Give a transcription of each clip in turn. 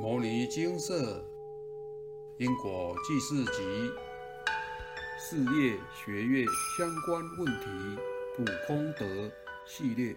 摩尼精舍因果记事集事业学业相关问题补空德系列。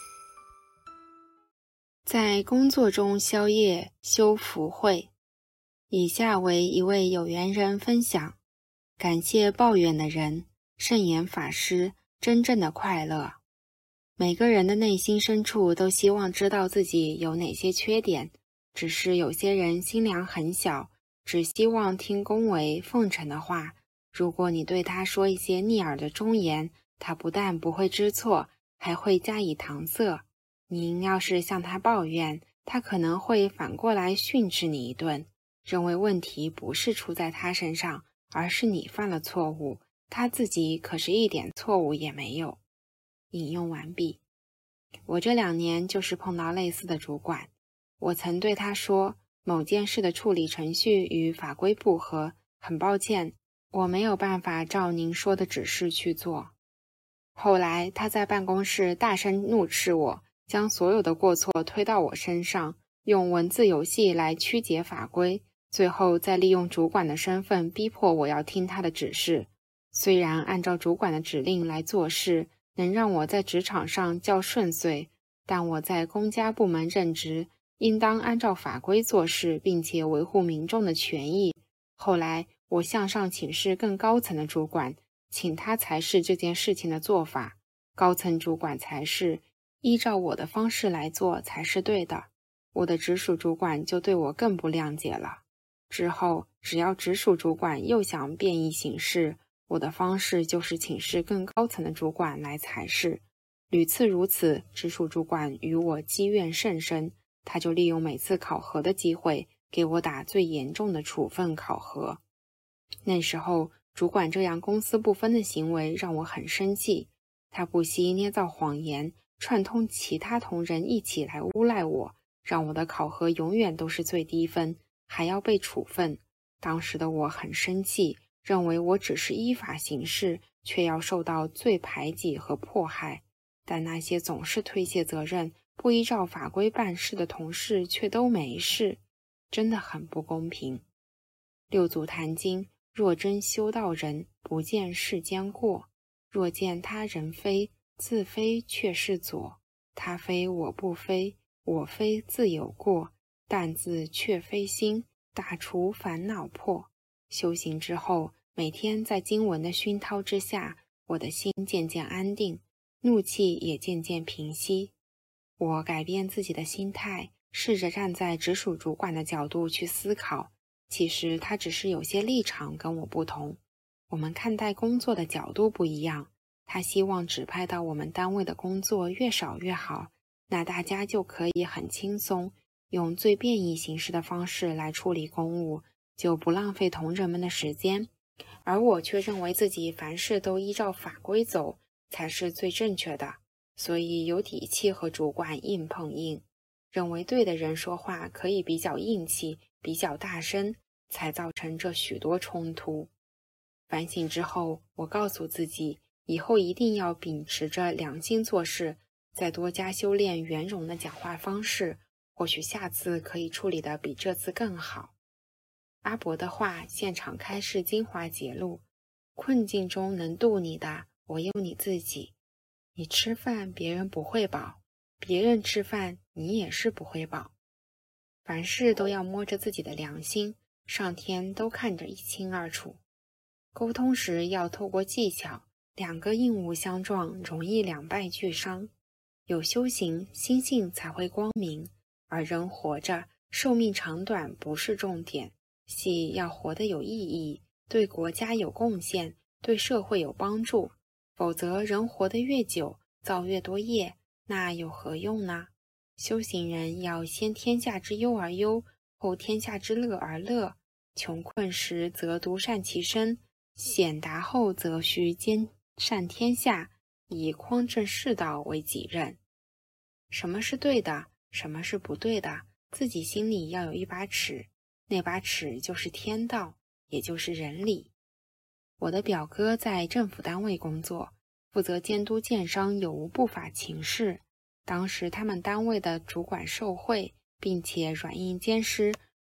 在工作中消业修福慧。以下为一位有缘人分享：感谢抱怨的人，圣严法师真正的快乐。每个人的内心深处都希望知道自己有哪些缺点，只是有些人心量很小，只希望听恭维奉承的话。如果你对他说一些逆耳的忠言，他不但不会知错，还会加以搪塞。您要是向他抱怨，他可能会反过来训斥你一顿，认为问题不是出在他身上，而是你犯了错误，他自己可是一点错误也没有。引用完毕。我这2年就是碰到类似的主管，我曾对他说，某件事的处理程序与法规不合，很抱歉，我没有办法照您说的指示去做。后来他在办公室大声怒斥我，将所有的过错推到我身上，用文字游戏来曲解法规，最后再利用主管的身份逼迫我要听他的指示。虽然按照主管的指令来做事，能让我在职场上较顺遂，但我在公家部门任职，应当按照法规做事，并且维护民众的权益。后来我向上请示更高层的主管，请他裁示这件事情的做法。高层主管裁示，依照我的方式来做才是对的。我的直属主管就对我更不谅解了。之后，只要直属主管又想变异行事，我的方式就是请示更高层的主管来裁示。屡次如此，直属主管与我积怨甚深，他就利用每次考核的机会，给我打最严重的处分考核。那时候，主管这样公私不分的行为让我很生气，他不惜捏造谎言，串通其他同仁一起来诬赖我，让我的考核永远都是最低分，还要被处分。当时的我很生气，认为我只是依法行事，却要受到最排挤和迫害。但那些总是推卸责任、不依照法规办事的同事却都没事，真的很不公平。六祖坛经：若真修道人，不见世间过；若见他人非，自非却是左；他非我不非，我非自有过；但自却非心，打除烦恼破。修行之后，每天在经文的熏陶之下，我的心渐渐安定，怒气也渐渐平息。我改变自己的心态，试着站在直属主管的角度去思考，其实他只是有些立场跟我不同，我们看待工作的角度不一样。他希望指派到我们单位的工作越少越好，那大家就可以很轻松，用最便宜形式的方式来处理公务，就不浪费同仁们的时间。而我却认为自己凡事都依照法规走才是最正确的，所以有底气和主管硬碰硬，认为对的人说话可以比较硬气，比较大声，才造成这许多冲突。反省之后，我告诉自己，以后一定要秉持着良心做事，再多加修炼圆融的讲话方式，或许下次可以处理得比这次更好。阿伯的话现场开示精华节录：困境中能渡你的，唯有你自己。你吃饭别人不会饱，别人吃饭你也是不会饱。凡事都要摸着自己的良心，上天都看着一清二楚。沟通时要透过技巧，两个硬物相撞，容易两败俱伤。有修行，心性才会光明。而人活着，寿命长短不是重点，系要活得有意义，对国家有贡献，对社会有帮助。否则人活得越久，造越多业，那有何用呢？修行人要先天下之忧而忧，后天下之乐而乐。穷困时则独善其身，显达后则须兼善天下，以匡正世道为己任。什么是对的，什么是不对的，自己心里要有一把尺，那把尺就是天道，也就是人理。我的表哥在政府单位工作，负责监督建商有无不法情事。当时他们单位的主管受贿，并且软硬兼施，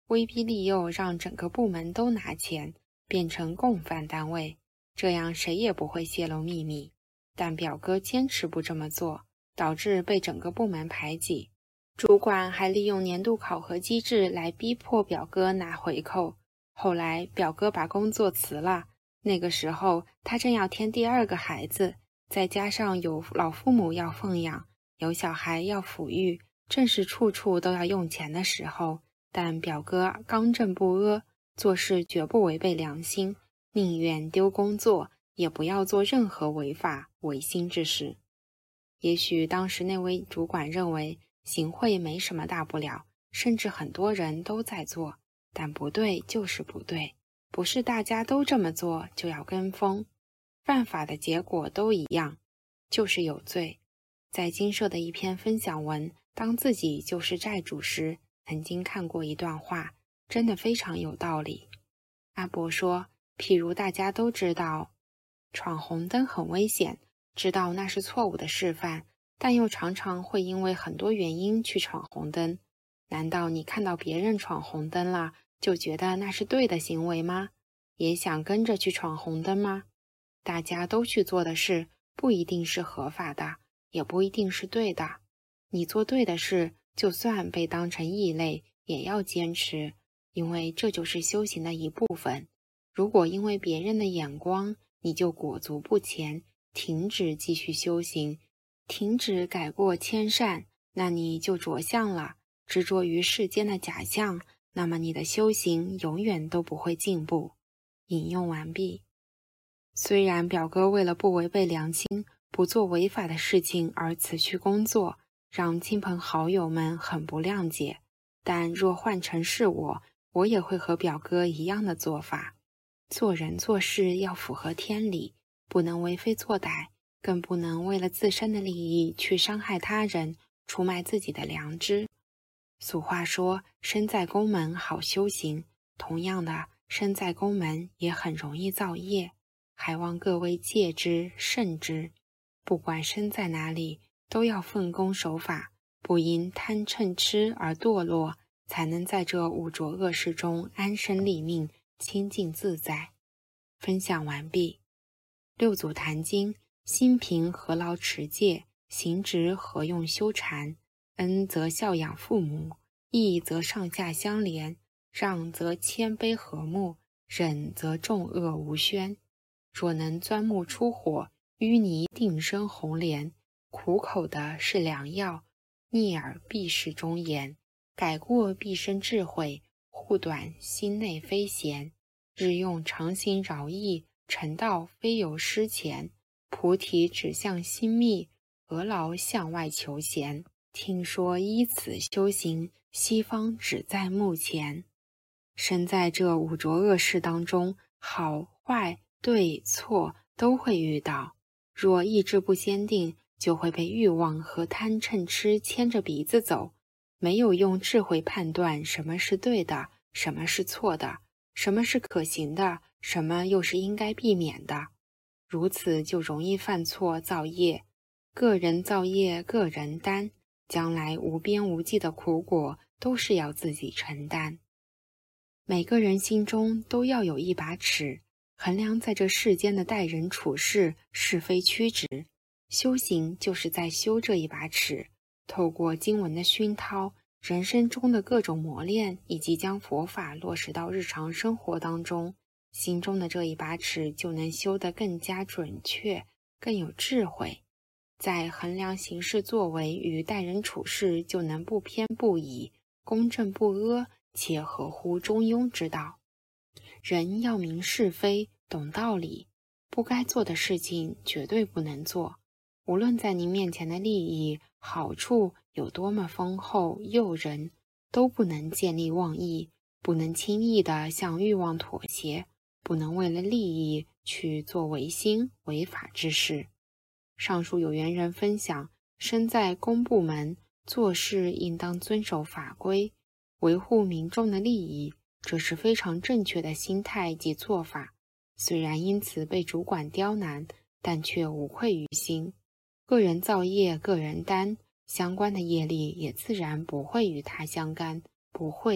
威逼利诱让整个部门都拿钱，变成共犯单位，这样谁也不会泄露秘密。但表哥坚持不这么做，导致被整个部门排挤。主管还利用年度考核机制来逼迫表哥拿回扣。后来表哥把工作辞了，那个时候他正要添第2个孩子，再加上有老父母要奉养，有小孩要抚育，正是处处都要用钱的时候。但表哥刚正不阿，做事绝不违背良心，宁愿丢工作，也不要做任何违法违心之事。也许当时那位主管认为行贿没什么大不了，甚至很多人都在做，但不对就是不对，不是大家都这么做就要跟风，犯法的结果都一样，就是有罪。在金社的一篇分享文《当自己就是债主时》，曾经看过一段话，真的非常有道理。阿伯说，譬如大家都知道闯红灯很危险，知道那是错误的示范，但又常常会因为很多原因去闯红灯。难道你看到别人闯红灯了，就觉得那是对的行为吗？也想跟着去闯红灯吗？大家都去做的事，不一定是合法的，也不一定是对的。你做对的事，就算被当成异类，也要坚持，因为这就是修行的一部分。如果因为别人的眼光，你就裹足不前，停止继续修行，停止改过迁善，那你就着相了，执着于世间的假象，那么你的修行永远都不会进步。引用完毕。虽然表哥为了不违背良心，不做违法的事情而辞去工作，让亲朋好友们很不谅解，但若换成是我也会和表哥一样的做法。做人做事要符合天理，不能为非作歹，更不能为了自身的利益去伤害他人，出卖自己的良知。俗话说，身在宫门好修行，同样的，身在宫门也很容易造业，还望各位戒之慎之。不管身在哪里，都要奉公守法，不因贪嗔痴而堕落，才能在这五浊恶世中安身立命，清净自在。分享完毕。六祖坛经：心平何劳持戒，行直何用修禅？恩则孝养父母，义则上下相连，让则谦卑和睦，忍则众恶无宣。若能钻木出火，淤泥定生红莲。苦口的是良药，逆耳必是忠言。改过必生智慧，护短心内非闲。日用常行饶益，成道非由师前。菩提指向心密，何劳向外求贤？听说依此修行，西方只在目前。身在这五浊恶世当中，好坏对错都会遇到，若意志不坚定，就会被欲望和贪嗔痴牵着鼻子走，没有用智慧判断什么是对的，什么是错的，什么是可行的，什么又是应该避免的，如此就容易犯错造业。个人造业个人担，将来无边无际的苦果都是要自己承担。每个人心中都要有一把尺，衡量在这世间的待人处事是非曲直。修行就是在修这一把尺，透过经文的熏陶，人生中的各种磨练，以及将佛法落实到日常生活当中，心中的这一把尺就能修得更加准确，更有智慧。在衡量行事作为与待人处事，就能不偏不倚，公正不阿，且合乎中庸之道。人要明是非，懂道理，不该做的事情绝对不能做。无论在您面前的利益、好处有多么丰厚、诱人，都不能建立妄意，不能轻易地向欲望妥协，不能为了利益去做违心、违法之事。上述有缘人分享，身在公部门，做事应当遵守法规，维护民众的利益，这是非常正确的心态及做法。虽然因此被主管刁难，但却无愧于心。个人造业个人担，相关的业力也自然不会与他相干，不会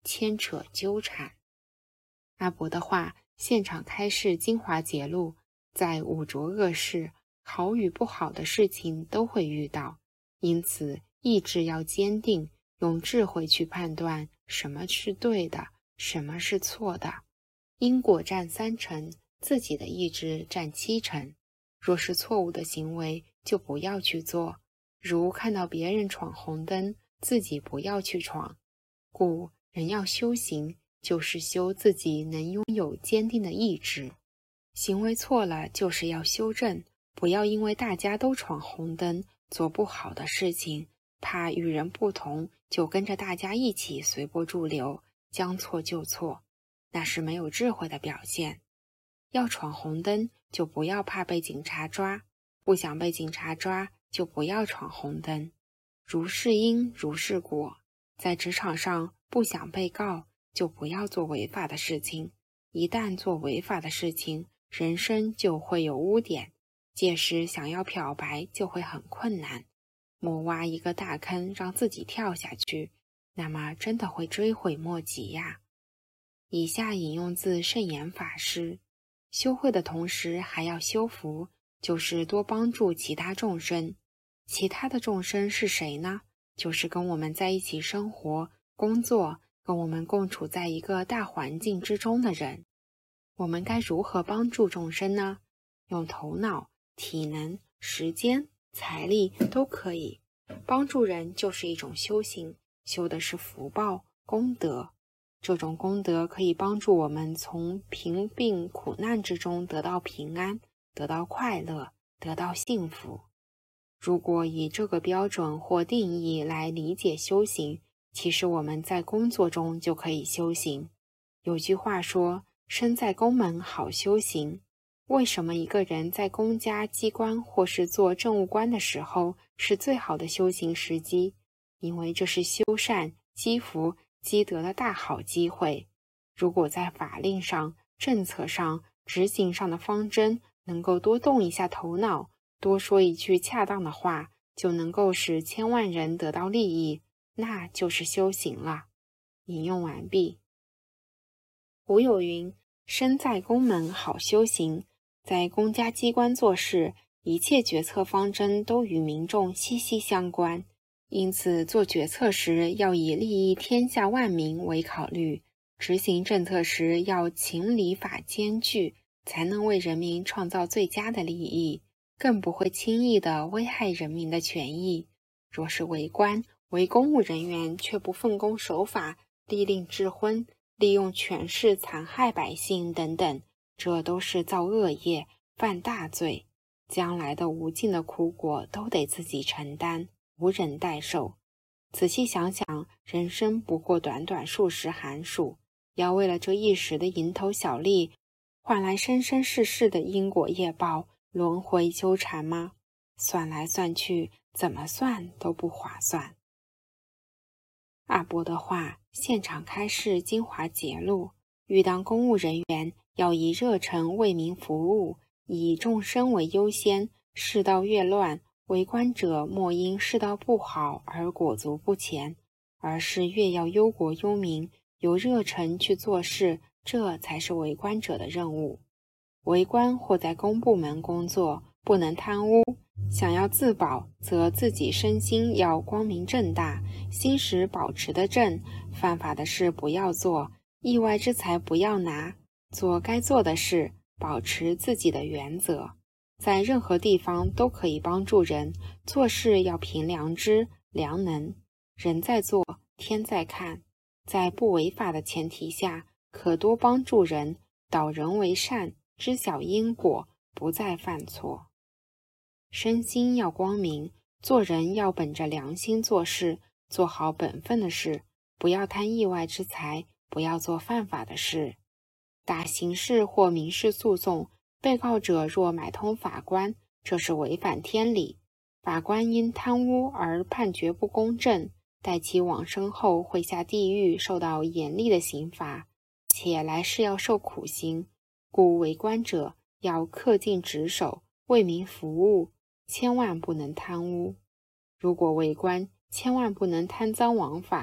牵扯纠缠。阿伯的话现场开示精华节录，在五浊恶世，好与不好的事情都会遇到，因此意志要坚定，用智慧去判断什么是对的，什么是错的。因果占3成，自己的意志占7成。若是错误的行为，就不要去做。如看到别人闯红灯，自己不要去闯。故人要修行，就是修自己能拥有坚定的意志。行为错了，就是要修正，不要因为大家都闯红灯，做不好的事情，怕与人不同，就跟着大家一起随波逐流，将错就错，那是没有智慧的表现。要闯红灯，就不要怕被警察抓，不想被警察抓，就不要闯红灯。如是因，如是果。在职场上不想被告，就不要做违法的事情。一旦做违法的事情，人生就会有污点，届时想要漂白就会很困难。莫挖一个大坑让自己跳下去，那么真的会追悔莫及呀。以下引用自圣严法师：修慧的同时还要修福，就是多帮助其他众生。其他的众生是谁呢？就是跟我们在一起生活、工作，跟我们共处在一个大环境之中的人。我们该如何帮助众生呢？用头脑、体能、时间、财力都可以。帮助人就是一种修行，修的是福报、功德。这种功德可以帮助我们从贫病苦难之中得到平安，得到快乐，得到幸福。如果以这个标准或定义来理解修行，其实我们在工作中就可以修行。有句话说，身在宫门好修行。为什么一个人在公家机关或是做政务官的时候是最好的修行时机？因为这是修善、积福、积德的大好机会。如果在法令上、政策上、执行上的方针能够多动一下头脑，多说一句恰当的话，就能够使千万人得到利益，那就是修行了。引用完毕。古有云，身在宫门好修行。在公家机关做事，一切决策方针都与民众息息相关，因此做决策时要以利益天下万民为考虑，执行政策时要情理法兼具，才能为人民创造最佳的利益，更不会轻易地危害人民的权益。若是为官、为公务人员却不奉公守法，利令智昏，利用权势残害百姓等等，这都是造恶业，犯大罪，将来的无尽的苦果都得自己承担，无人代受。仔细想想，人生不过短短数十寒暑，要为了这一时的蝇头小利，换来生生世世的因果业报，轮回纠缠吗？算来算去，怎么算都不划算。阿伯的话现场开示精华节录：欲当公务人员，要以热忱为民服务，以众生为优先。世道越乱，为官者莫因世道不好而裹足不前，而是越要忧国忧民，有热忱去做事，这才是为官者的任务。为官或在公部门工作，不能贪污。想要自保，则自己身心要光明正大，心识保持得正，犯法的事不要做，意外之财不要拿，做该做的事，保持自己的原则。在任何地方都可以帮助人，做事要凭良知、良能。人在做，天在看，在不违法的前提下，可多帮助人，导人为善，知晓因果，不再犯错。身心要光明，做人要本着良心做事，做好本分的事，不要贪意外之财，不要做犯法的事。打刑事或民事诉讼，被告者若买通法官，这是违反天理。法官因贪污而判决不公正，待其往生后会下地狱，受到严厉的刑罚，且来世要受苦刑。故为官者要恪尽职守，为民服务，千万不能贪污。如果为官，千万不能贪赃枉法，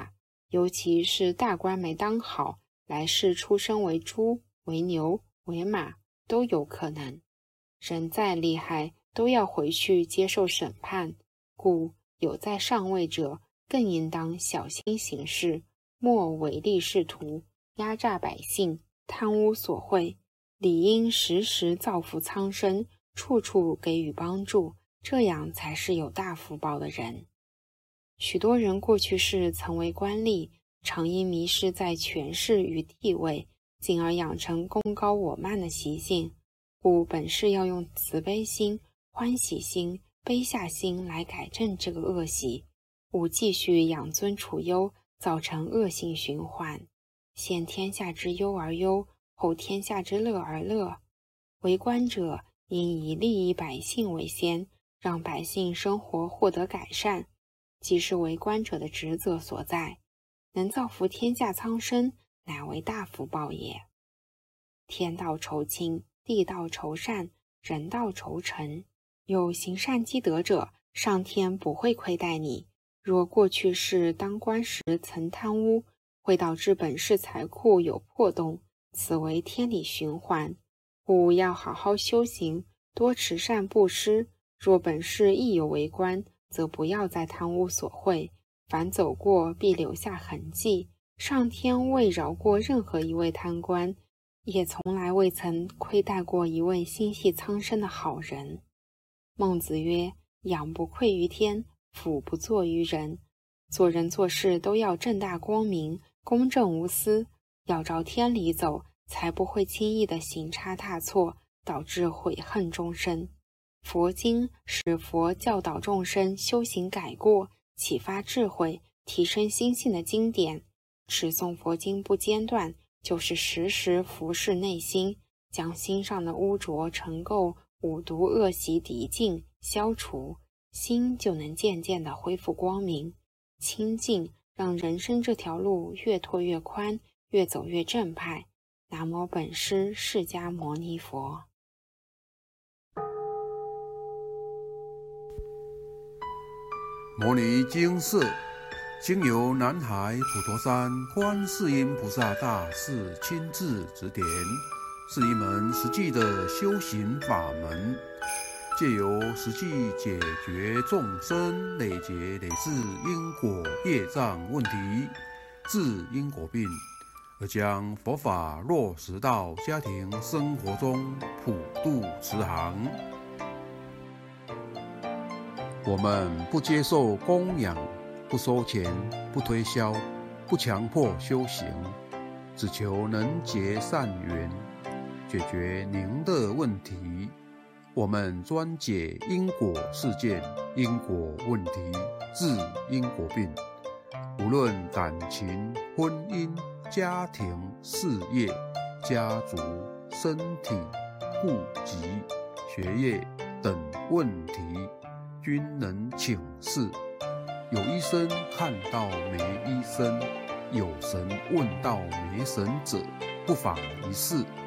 尤其是大官没当好，来世出生为猪、为牛、为马都有可能。人再厉害，都要回去接受审判，故有在上位者，更应当小心行事，莫唯利是图，压榨百姓，贪污索贿，理应时时造福苍生，处处给予帮助，这样才是有大福报的人。许多人过去世曾为官吏，常因迷失在权势与地位，进而养成功高我慢的习性，故本是要用慈悲心、欢喜心、卑下心来改正这个恶习，勿继续养尊处优，造成恶性循环，先天下之忧而忧，后天下之乐而乐。为官者应以利益百姓为先，让百姓生活获得改善，即是为官者的职责所在，能造福天下苍生，乃为大福报也。天道酬勤，地道酬善，人道酬诚。有行善积德者，上天不会亏待你。若过去世当官时曾贪污，会导致本世财库有破洞，此为天理循环。故要好好修行，多持善布施。若本世亦有为官，则不要再贪污索贿，凡走过必留下痕迹。上天未饶过任何一位贪官，也从来未曾亏待过一位心系苍生的好人。孟子曰：养不愧于天，俯不作于人。做人做事都要正大光明，公正无私，要照天理走，才不会轻易的行差踏错，导致悔恨终生。佛经是佛教导众生修行改过、启发智慧、提升心性的经典。持诵佛经不间断，就是时时服侍内心，将心上的污浊尘垢、五毒恶习涤净消除，心就能渐渐地恢复光明清净，让人生这条路越拓越宽，越走越正派。南无本师释迦牟尼佛。 摩尼经释经由南海普陀山观世音菩萨大士亲自指点，是一门实际的修行法门，借由实际解决众生累劫累世因果业障问题，治因果病，而将佛法落实到家庭生活中，普度慈航。我们不接受供养，不收钱，不推销，不强迫修行，只求能结善缘，解决您的问题。我们专解因果事件、因果问题，治因果病。无论感情、婚姻、家庭、事业、家族、身体、户籍、学业等问题，均能请示。有医生看到没医生，有神问到没神者，不妨一试。